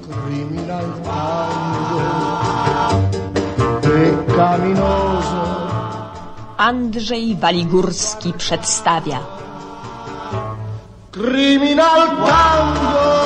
criminal tango pecaminoso. Andrzej Waligórski przedstawia Criminal tango.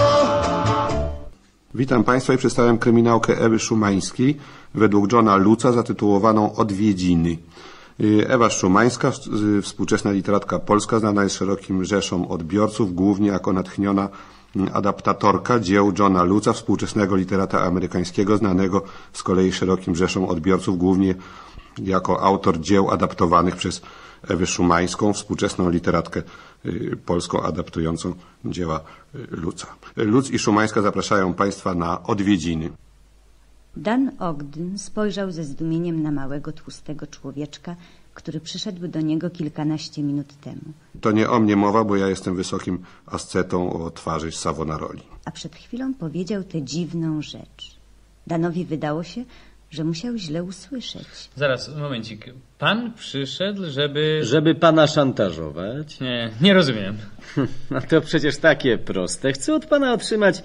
Witam Państwa i przedstawiam kryminałkę Ewy Szumańskiej według Johna Luca zatytułowaną Odwiedziny. Ewa Szumańska, współczesna literatka polska, znana jest szerokim rzeszom odbiorców, głównie jako natchniona adaptatorka dzieł Johna Luca, współczesnego literata amerykańskiego, znanego z kolei szerokim rzeszom odbiorców, głównie jako autor dzieł adaptowanych przez Ewę Szumańską, współczesną literatkę polską adaptującą dzieła Luca. Luc i Szumańska zapraszają Państwa na odwiedziny. Dan Ogden spojrzał ze zdumieniem na małego, tłustego człowieczka, który przyszedł do niego kilkanaście minut temu. To nie o mnie mowa, bo ja jestem wysokim ascetą o twarzy Savonaroli. A przed chwilą powiedział tę dziwną rzecz. Danowi wydało się, że musiał źle usłyszeć. Zaraz, momencik. Pan przyszedł, żeby... Żeby pana szantażować? Nie rozumiem. A to przecież takie proste. Chcę od pana otrzymać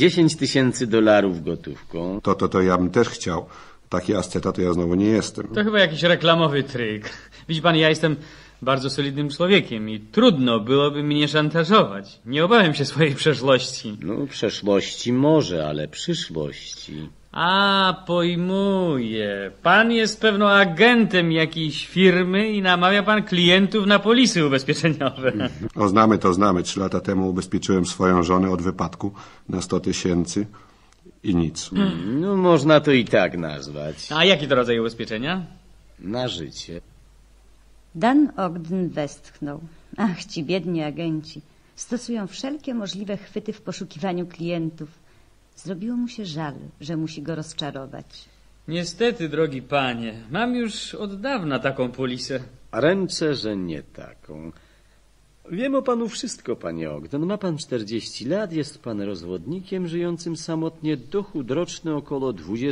$10,000 gotówką. To ja bym też chciał. Taki asceta to ja znowu nie jestem. To chyba jakiś reklamowy tryk. Widzi pan, ja jestem bardzo solidnym człowiekiem i trudno byłoby mnie szantażować. Nie obawiam się swojej przeszłości. No, przeszłości może, ale przyszłości... A, pojmuję. Pan jest pewno agentem jakiejś firmy i namawia pan klientów na polisy ubezpieczeniowe. Znamy to, znamy. 3 lata temu ubezpieczyłem swoją żonę od wypadku na 100,000 i nic. No, można to i tak nazwać. A jaki to rodzaj ubezpieczenia? Na życie. Dan Ogden westchnął. Ach, ci biedni agenci. Stosują wszelkie możliwe chwyty w poszukiwaniu klientów. Zrobiło mu się żal, że musi go rozczarować. Niestety, drogi panie, mam już od dawna taką polisę. Ręczę, że nie taką. Wiem o panu wszystko, panie Ogden. Ma pan 40 lat, jest pan rozwodnikiem żyjącym samotnie, dochód roczny około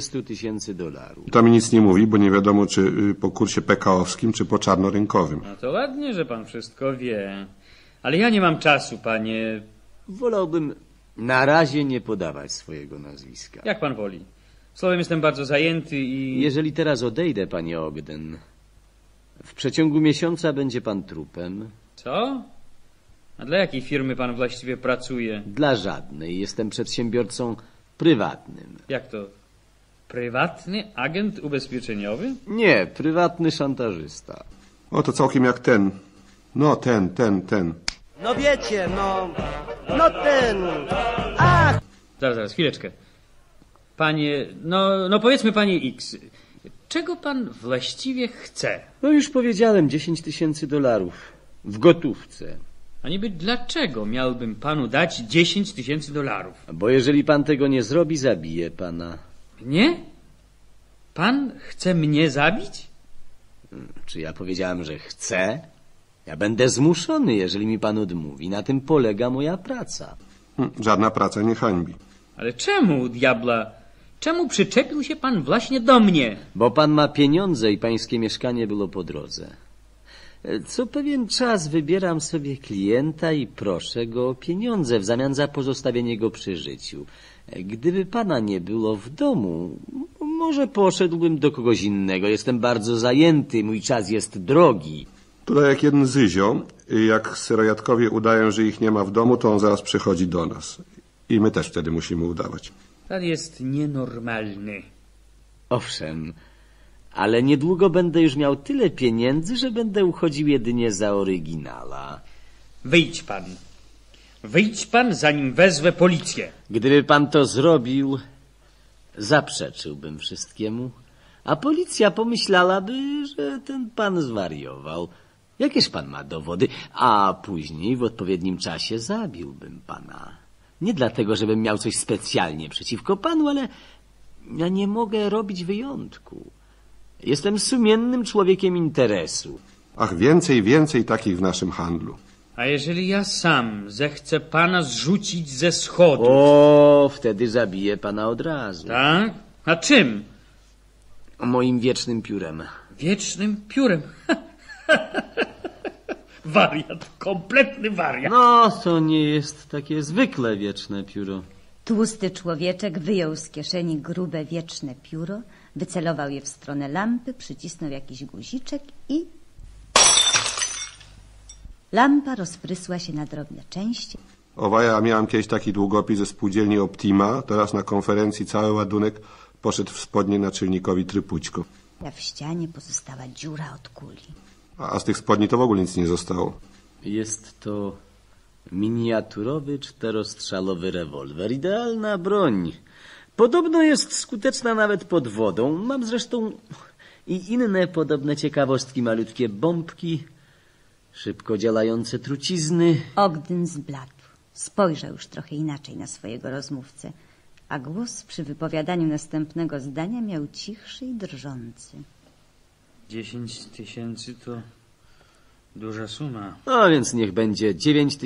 $20,000. To mi nic nie mówi, bo nie wiadomo, czy po kursie PKO-wskim, czy po czarnorynkowym. No to ładnie, że pan wszystko wie. Ale ja nie mam czasu, panie. Wolałbym na razie nie podawać swojego nazwiska. Jak pan woli. Słowem, jestem bardzo zajęty i... Jeżeli teraz odejdę, panie Ogden, w przeciągu miesiąca będzie pan trupem. Co? A dla jakiej firmy pan właściwie pracuje? Dla żadnej. Jestem przedsiębiorcą prywatnym. Jak to? Prywatny agent ubezpieczeniowy? Nie, prywatny szantażysta. O, to całkiem jak ten. No, ten. No wiecie, no ten. Ach! Zaraz, chwileczkę. Panie, no powiedzmy panie X. Czego pan właściwie chce? No już powiedziałem, $10,000 w gotówce. A niby dlaczego miałbym panu dać $10,000? Bo jeżeli pan tego nie zrobi, zabiję pana. Nie? Pan chce mnie zabić? Czy ja powiedziałem, że chcę? Ja będę zmuszony, jeżeli mi pan odmówi. Na tym polega moja praca. Żadna praca nie hańbi. Ale czemu, diabla? Czemu przyczepił się pan właśnie do mnie? Bo pan ma pieniądze i pańskie mieszkanie było po drodze. Co pewien czas wybieram sobie klienta i proszę go o pieniądze w zamian za pozostawienie go przy życiu. Gdyby pana nie było w domu, może poszedłbym do kogoś innego. Jestem bardzo zajęty, mój czas jest drogi. To jak jeden zyzio, jak syrojatkowie udają, że ich nie ma w domu, to on zaraz przychodzi do nas. I my też wtedy musimy udawać. Pan jest nienormalny. Owszem, ale niedługo będę już miał tyle pieniędzy, że będę uchodził jedynie za oryginala. Wyjdź pan. Wyjdź pan, zanim wezwę policję. Gdyby pan to zrobił, zaprzeczyłbym wszystkiemu, a policja pomyślałaby, że ten pan zwariował. Jakież pan ma dowody? A później w odpowiednim czasie zabiłbym pana. Nie dlatego, żebym miał coś specjalnie przeciwko panu, ale ja nie mogę robić wyjątku. Jestem sumiennym człowiekiem interesu. Ach, więcej takich w naszym handlu. A jeżeli ja sam zechcę pana zrzucić ze schodu? O, wtedy zabiję pana od razu. Tak? A czym? Moim wiecznym piórem. Wiecznym piórem? Wariat, kompletny wariat. No, to nie jest takie zwykle wieczne pióro. Tłusty człowieczek wyjął z kieszeni grube, wieczne pióro, wycelował je w stronę lampy, przycisnął jakiś guziczek i... Lampa rozprysła się na drobne części. Ja miałem kiedyś taki długopis ze spółdzielni Optima, teraz na konferencji cały ładunek poszedł w spodnie naczelnikowi Trypućko. A w ścianie pozostała dziura od kuli. A z tych spodni to w ogóle nic nie zostało. Jest to miniaturowy 4-strzałowy rewolwer. Idealna broń. Podobno jest skuteczna nawet pod wodą. Mam zresztą i inne podobne ciekawostki. Malutkie bombki, szybko działające trucizny. Ogden zbladł. Spojrzał już trochę inaczej na swojego rozmówcę, a głos przy wypowiadaniu następnego zdania miał cichszy i drżący. 10 000 to duża suma. No więc niech będzie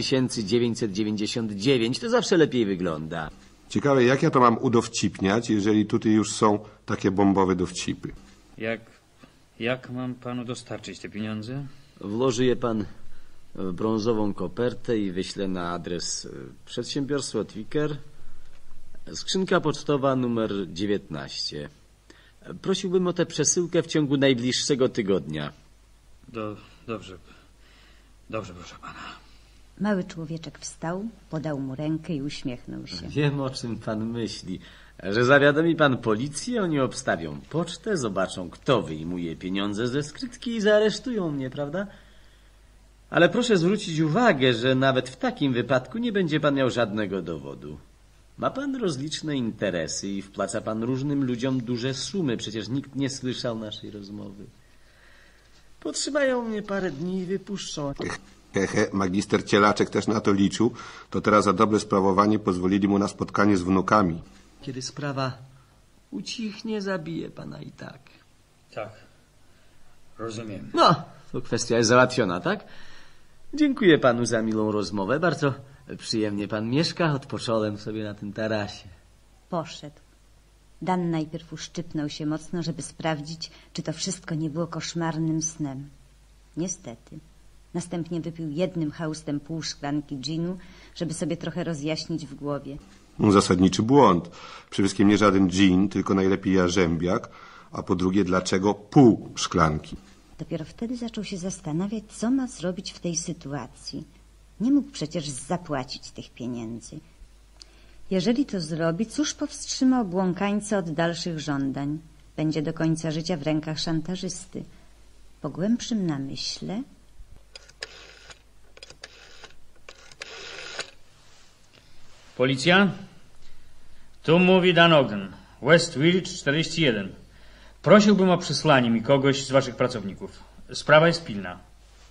9999. To zawsze lepiej wygląda. Ciekawe, jak ja to mam udowcipniać, jeżeli tutaj już są takie bombowe dowcipy. Jak mam panu dostarczyć te pieniądze? Włoży je pan w brązową kopertę i wyślę na adres przedsiębiorstwo Twiker, skrzynka pocztowa numer 19. Prosiłbym o tę przesyłkę w ciągu najbliższego tygodnia. Dobrze, proszę pana. Mały człowieczek wstał, podał mu rękę i uśmiechnął się. Wiem, o czym pan myśli. Że zawiadomi pan policję, oni obstawią pocztę, zobaczą, kto wyjmuje pieniądze ze skrytki i zaaresztują mnie, prawda? Ale proszę zwrócić uwagę, że nawet w takim wypadku nie będzie pan miał żadnego dowodu. Ma pan rozliczne interesy i wpłaca pan różnym ludziom duże sumy. Przecież nikt nie słyszał naszej rozmowy. Potrzymają mnie parę dni i wypuszczą. Magister Cielaczek też na to liczył, to teraz za dobre sprawowanie pozwolili mu na spotkanie z wnukami. Kiedy sprawa ucichnie, zabije pana i tak. Tak, rozumiem. No, to kwestia jest załatwiona, tak? Dziękuję panu za milą rozmowę. Bardzo przyjemnie pan mieszka. Odpocząłem sobie na tym tarasie. Poszedł. Dan najpierw uszczypnął się mocno, żeby sprawdzić, czy to wszystko nie było koszmarnym snem. Niestety. Następnie wypił jednym haustem pół szklanki ginu, żeby sobie trochę rozjaśnić w głowie. Zasadniczy błąd. Przede wszystkim nie żaden gin, tylko najlepiej jarzębiak, a po drugie, dlaczego pół szklanki? Dopiero wtedy zaczął się zastanawiać, co ma zrobić w tej sytuacji. Nie mógł przecież zapłacić tych pieniędzy. Jeżeli to zrobi, cóż powstrzyma obłąkańca od dalszych żądań? Będzie do końca życia w rękach szantażysty. Po głębszym namyśle... Policja? Tu mówi Dan Ogden, West Village 41. Prosiłbym o przysłanie mi kogoś z waszych pracowników. Sprawa jest pilna.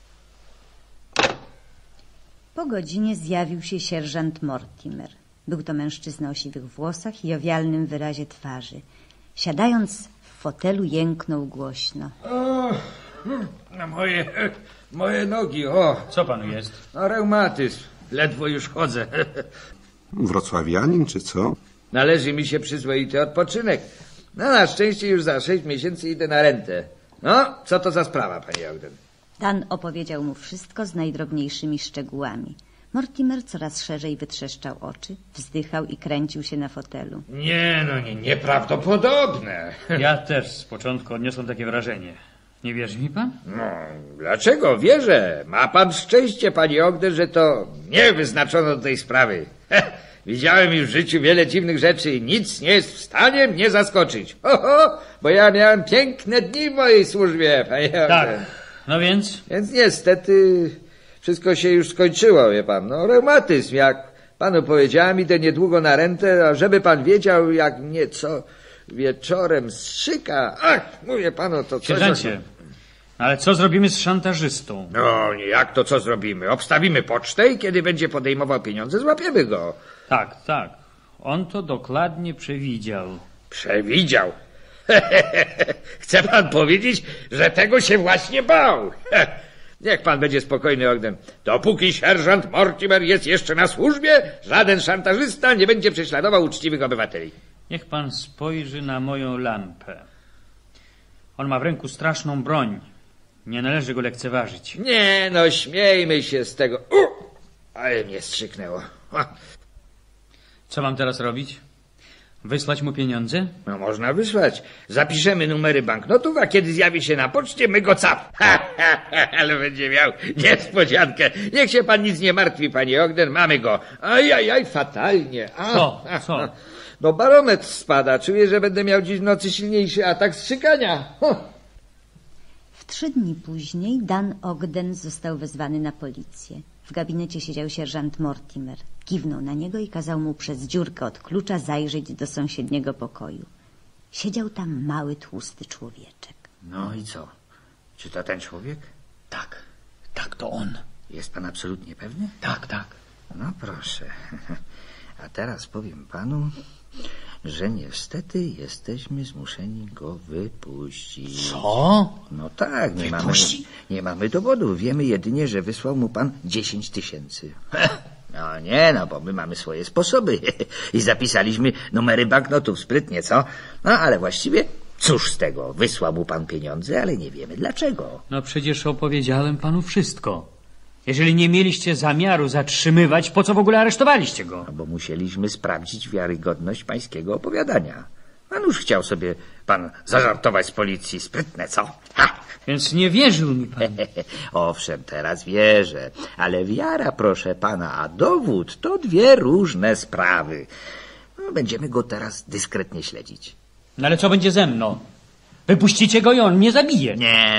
Po godzinie zjawił się sierżant Mortimer. Był to mężczyzna o siwych włosach i jowialnym wyrazie twarzy. Siadając w fotelu, jęknął głośno. O, na moje nogi, o. Co panu jest? No, reumatyzm. Ledwo już chodzę. Wrocławianin czy co? Należy mi się przyzwoity odpoczynek. No na szczęście już za 6 miesięcy idę na rentę. No, co to za sprawa, panie Ogden? Dan opowiedział mu wszystko z najdrobniejszymi szczegółami. Mortimer coraz szerzej wytrzeszczał oczy, wzdychał i kręcił się na fotelu. Nieprawdopodobne. Ja też z początku odniosłem takie wrażenie. Nie wierzy mi pan? No, dlaczego? Wierzę. Ma pan szczęście, panie Ogden, że to nie wyznaczono do tej sprawy. Widziałem już w życiu wiele dziwnych rzeczy i nic nie jest w stanie mnie zaskoczyć. Bo ja miałem piękne dni w mojej służbie, panie Ogden. Tak, no więc? Więc niestety wszystko się już skończyło, wie pan. No, reumatyzm, jak panu powiedziałem, idę niedługo na rentę, a żeby pan wiedział, jak mnie co wieczorem strzyka. Ach, mówię panu, to coś... Sierżancie, ale co zrobimy z szantażystą? No, jak to co zrobimy? Obstawimy pocztę i kiedy będzie podejmował pieniądze, złapiemy go. Tak, tak. On to dokładnie przewidział. Przewidział? Chce pan powiedzieć, że tego się właśnie bał? Niech pan będzie spokojny, Ogden. Dopóki sierżant Mortimer jest jeszcze na służbie, żaden szantażysta nie będzie prześladował uczciwych obywateli. Niech pan spojrzy na moją lampę. On ma w ręku straszną broń. Nie należy go lekceważyć. Nie, no śmiejmy się z tego. Ale mnie strzyknęło. Co mam teraz robić? Wysłać mu pieniądze? No można wysłać. Zapiszemy numery banknotów, a kiedy zjawi się na poczcie, my go cap. Ale będzie miał niespodziankę. Niech się pan nic nie martwi, panie Ogden, mamy go. Ajajaj, fatalnie. Co? No barometr spada. Czuję, że będę miał dziś w nocy silniejszy atak strzykania. W 3 dni później Dan Ogden został wezwany na policję. W gabinecie siedział sierżant Mortimer. Kiwnął na niego i kazał mu przez dziurkę od klucza zajrzeć do sąsiedniego pokoju. Siedział tam mały, tłusty człowieczek. No i co? Czy to ten człowiek? Tak, to on. Jest pan absolutnie pewny? Tak. No proszę. A teraz powiem panu, że niestety jesteśmy zmuszeni go wypuścić. Co? No tak, Wypuści? nie mamy dowodów. Wiemy jedynie, że wysłał mu pan 10 000. No, bo my mamy swoje sposoby. I zapisaliśmy numery banknotów sprytnie, co? No, ale właściwie cóż z tego? Wysłał mu pan pieniądze, ale nie wiemy dlaczego. No przecież opowiedziałem panu wszystko. Jeżeli nie mieliście zamiaru zatrzymywać, po co w ogóle aresztowaliście go? No, bo musieliśmy sprawdzić wiarygodność pańskiego opowiadania. Pan już chciał sobie pan zażartować z policji. Sprytne, co? Więc nie wierzył mi pan. Owszem, teraz wierzę, ale wiara, proszę pana, a dowód to 2 różne sprawy. No, będziemy go teraz dyskretnie śledzić. No ale co będzie ze mną? Wypuścicie go i on mnie zabije.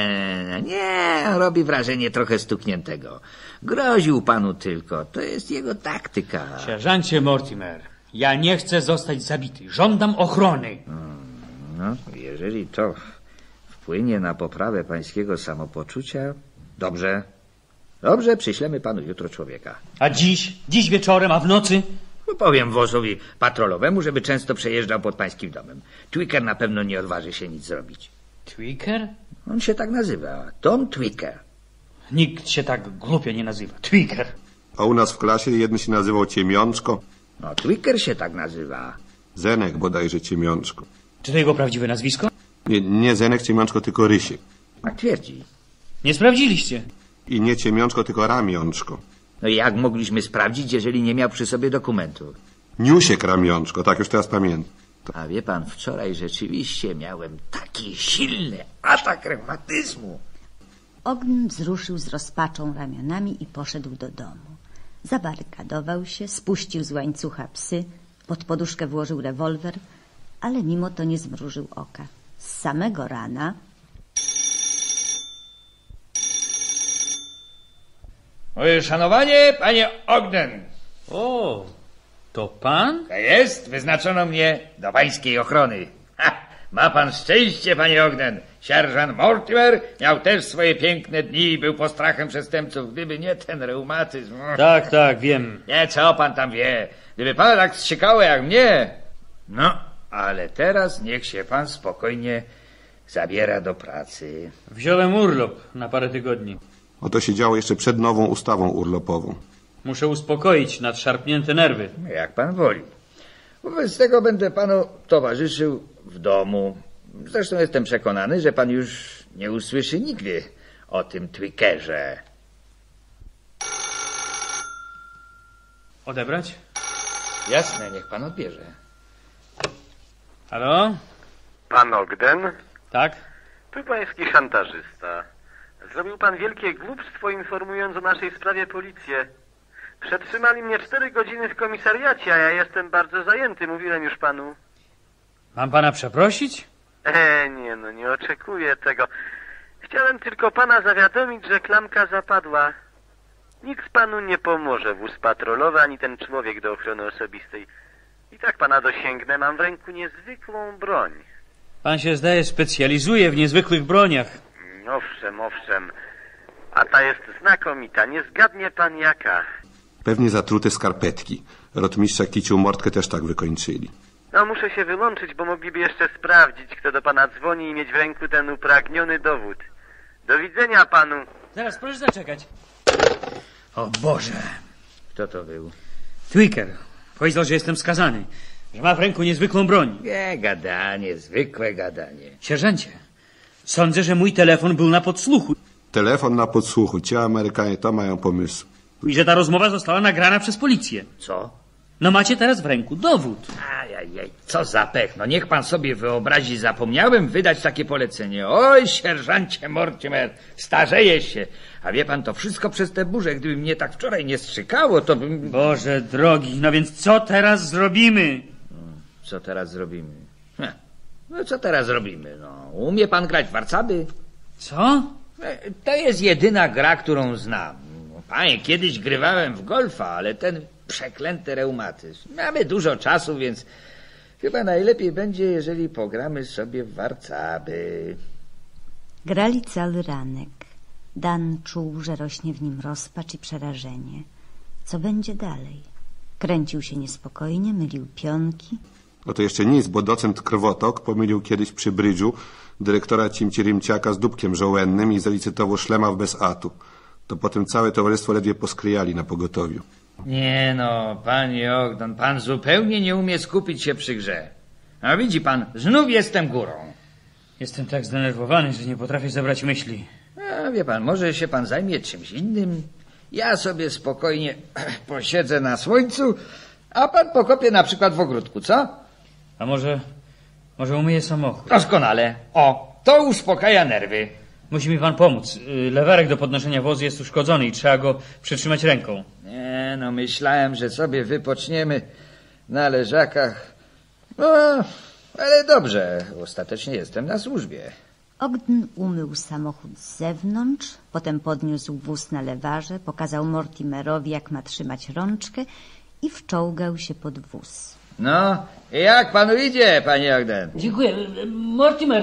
Nie, robi wrażenie trochę stukniętego. Groził panu tylko, to jest jego taktyka. Sierżancie Mortimer, ja nie chcę zostać zabity. Żądam ochrony. No, jeżeli to wpłynie na poprawę pańskiego samopoczucia, dobrze, przyślemy panu jutro człowieka. A dziś wieczorem, a w nocy? No, powiem wozowi patrolowemu, żeby często przejeżdżał pod pańskim domem. Twicker na pewno nie odważy się nic zrobić. Twicker? On się tak nazywa, Tom Twicker. Nikt się tak głupio nie nazywa. Twicker. A u nas w klasie jeden się nazywał Ciemiączko. No, Twicker się tak nazywa. Zenek bodajże Ciemiączko. Czy to jego prawdziwe nazwisko? Nie Zenek Ciemiączko, tylko Rysiek. Tak twierdzi. Nie sprawdziliście. I nie Ciemiączko, tylko Ramiączko. No i jak mogliśmy sprawdzić, jeżeli nie miał przy sobie dokumentu? Niusiek Ramiączko, tak już teraz pamiętam. A wie pan, wczoraj rzeczywiście miałem taki silny atak reumatyzmu. Ogden wzruszył z rozpaczą ramionami i poszedł do domu. Zabarykadował się, spuścił z łańcucha psy, pod poduszkę włożył rewolwer, ale mimo to nie zmrużył oka. Z samego rana... Moje szanowanie, panie Ogden. O, to pan? To jest, wyznaczono mnie do pańskiej ochrony. Ma pan szczęście, panie Ogden. Sierżant Mortimer miał też swoje piękne dni i był postrachem przestępców. Gdyby nie ten reumatyzm... Tak, wiem. Nie, co pan tam wie? Gdyby pan tak strzykało jak mnie... No, ale teraz niech się pan spokojnie zabiera do pracy. Wziąłem urlop na parę tygodni. Oto się działo jeszcze przed nową ustawą urlopową. Muszę uspokoić nadszarpnięte nerwy. Jak pan woli. Wobec tego będę panu towarzyszył w domu. Zresztą jestem przekonany, że pan już nie usłyszy nigdy o tym Twickerze. Odebrać? Jasne, niech pan odbierze. Halo? Pan Ogden? Tak? Tu pański szantażysta. Zrobił pan wielkie głupstwo, informując o naszej sprawie policję. Przetrzymali mnie 4 godziny w komisariacie, a ja jestem bardzo zajęty, mówiłem już panu. Mam pana przeprosić? Nie oczekuję tego. Chciałem tylko pana zawiadomić, że klamka zapadła. Nic panu nie pomoże, wóz patrolowy, ani ten człowiek do ochrony osobistej. I tak pana dosięgnę, mam w ręku niezwykłą broń. Pan się zdaje specjalizuje w niezwykłych broniach. Owszem. A ta jest znakomita, nie zgadnie pan jaka. Pewnie zatrute skarpetki. Rotmistrza Kiciu Mortkę też tak wykończyli. No muszę się wyłączyć, bo mogliby jeszcze sprawdzić, kto do pana dzwoni i mieć w ręku ten upragniony dowód. Do widzenia panu. Zaraz, proszę zaczekać. O Boże. Kto to był? Twicker. Powiedział, że jestem skazany. Że ma w ręku niezwykłą broń. Nie, gadanie, zwykłe gadanie. Sierżancie, sądzę, że mój telefon był na podsłuchu. Telefon na podsłuchu. Ci Amerykanie to mają pomysł. I że ta rozmowa została nagrana przez policję. Co? No macie teraz w ręku dowód. Ajajaj, co za pech. No niech pan sobie wyobrazi, zapomniałem wydać takie polecenie. Oj, sierżancie Mortimer, starzejesz się. A wie pan, to wszystko przez tę burzę. Gdyby mnie tak wczoraj nie strzykało, to bym... Boże drogi, no więc co teraz zrobimy? Co teraz zrobimy? No co teraz zrobimy? No, umie pan grać w warcaby? Co? To jest jedyna gra, którą znam. Panie, kiedyś grywałem w golfa, ale ten przeklęty reumatyzm. Mamy dużo czasu, więc chyba najlepiej będzie, jeżeli pogramy sobie w warcaby. Grali cały ranek. Dan czuł, że rośnie w nim rozpacz i przerażenie. Co będzie dalej? Kręcił się niespokojnie, mylił pionki. No to jeszcze nic, bo docent Krwotok pomylił kiedyś przy brydżu dyrektora Cimci-Rymciaka z Dubkiem Żołędnym i zalicytował szlemaw bez atu. To potem całe towarzystwo ledwie poskryjali na pogotowiu. Nie no, panie Ogden, pan zupełnie nie umie skupić się przy grze. A widzi pan, znów jestem górą. Jestem tak zdenerwowany, że nie potrafię zebrać myśli. A wie pan, może się pan zajmie czymś innym? Ja sobie spokojnie posiedzę na słońcu, a pan pokopie na przykład w ogródku, co? A może umyję samochód? Doskonale. O, to uspokaja nerwy. Musi mi pan pomóc. Lewarek do podnoszenia wozu jest uszkodzony i trzeba go przytrzymać ręką. Nie, no myślałem, że sobie wypoczniemy na leżakach. No, ale dobrze, ostatecznie jestem na służbie. Ogden umył samochód z zewnątrz, potem podniósł wóz na lewarze, pokazał Mortimerowi, jak ma trzymać rączkę i wczołgał się pod wóz. No, jak panu idzie, panie Ogden? Dziękuję. Mortimer,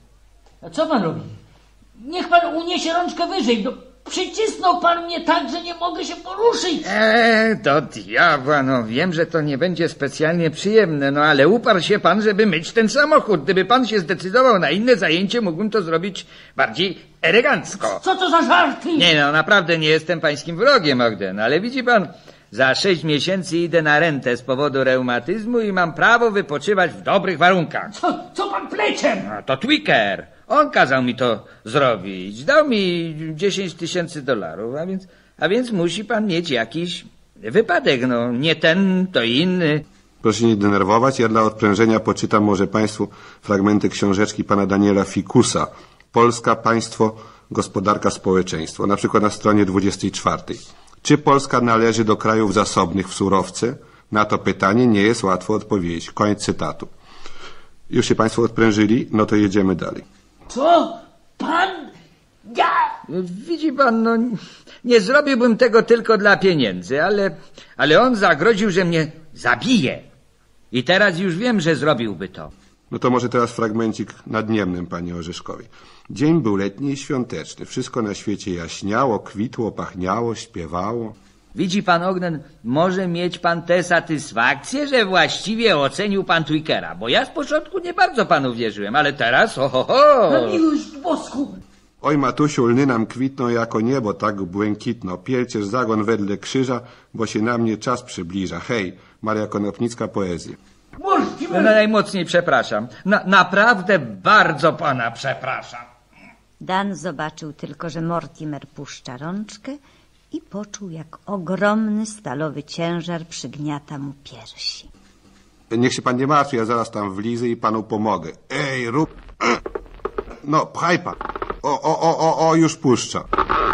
a co pan robi? Niech pan uniesie rączkę wyżej. No, przycisnął pan mnie tak, że nie mogę się poruszyć. Do diabła, no wiem, że to nie będzie specjalnie przyjemne, no ale uparł się pan, żeby myć ten samochód. Gdyby pan się zdecydował na inne zajęcie, mógłbym to zrobić bardziej elegancko. Co to za żarty? Nie no, naprawdę nie jestem pańskim wrogiem, Ogden, ale widzi pan, za 6 miesięcy idę na rentę z powodu reumatyzmu i mam prawo wypoczywać w dobrych warunkach. Co pan plecie? No, to Twicker. On kazał mi to zrobić. Dał mi $10,000, a więc musi pan mieć jakiś wypadek. No, nie ten, to inny. Proszę nie denerwować, ja dla odprężenia poczytam może państwu fragmenty książeczki pana Daniela Fikusa. Polska, państwo, gospodarka, społeczeństwo. Na przykład na stronie 24. Czy Polska należy do krajów zasobnych w surowce? Na to pytanie nie jest łatwo odpowiedzieć. Koniec cytatu. Już się państwo odprężyli? No to jedziemy dalej. Co? Pan? Ja? Widzi pan, no nie zrobiłbym tego tylko dla pieniędzy, ale on zagroził, że mnie zabije. I teraz już wiem, że zrobiłby to. No to może teraz fragmencik nadniemnym, panie Orzeszkowi. Dzień był letni i świąteczny. Wszystko na świecie jaśniało, kwitło, pachniało, śpiewało. Widzi pan, Ogden, może mieć pan tę satysfakcję, że właściwie ocenił pan Twickera, bo ja z początku nie bardzo panu wierzyłem, ale teraz Na miłość boską! Oj, matusiu, lny nam kwitną jako niebo tak błękitno. Pielcież zagon wedle krzyża, bo się na mnie czas przybliża. Hej, Maria Konopnicka, poezja. No, najmocniej przepraszam. Naprawdę bardzo pana przepraszam. Dan zobaczył tylko, że Mortimer puszcza rączkę i poczuł, jak ogromny stalowy ciężar przygniata mu piersi. Niech się pan nie martwi, ja zaraz tam wlizę i panu pomogę. Ej, rób... No, pchaj pan. O, już puszcza.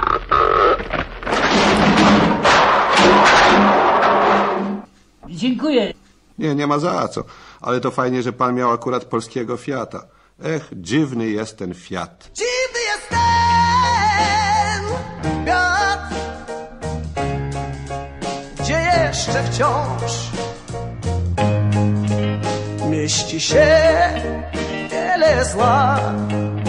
Dziękuję. Nie ma za co. Ale to fajnie, że pan miał akurat polskiego Fiata. Ech, dziwny jest ten Fiat. Dziwny jest ten Fiat, gdzie jeszcze wciąż mieści się wiele zła.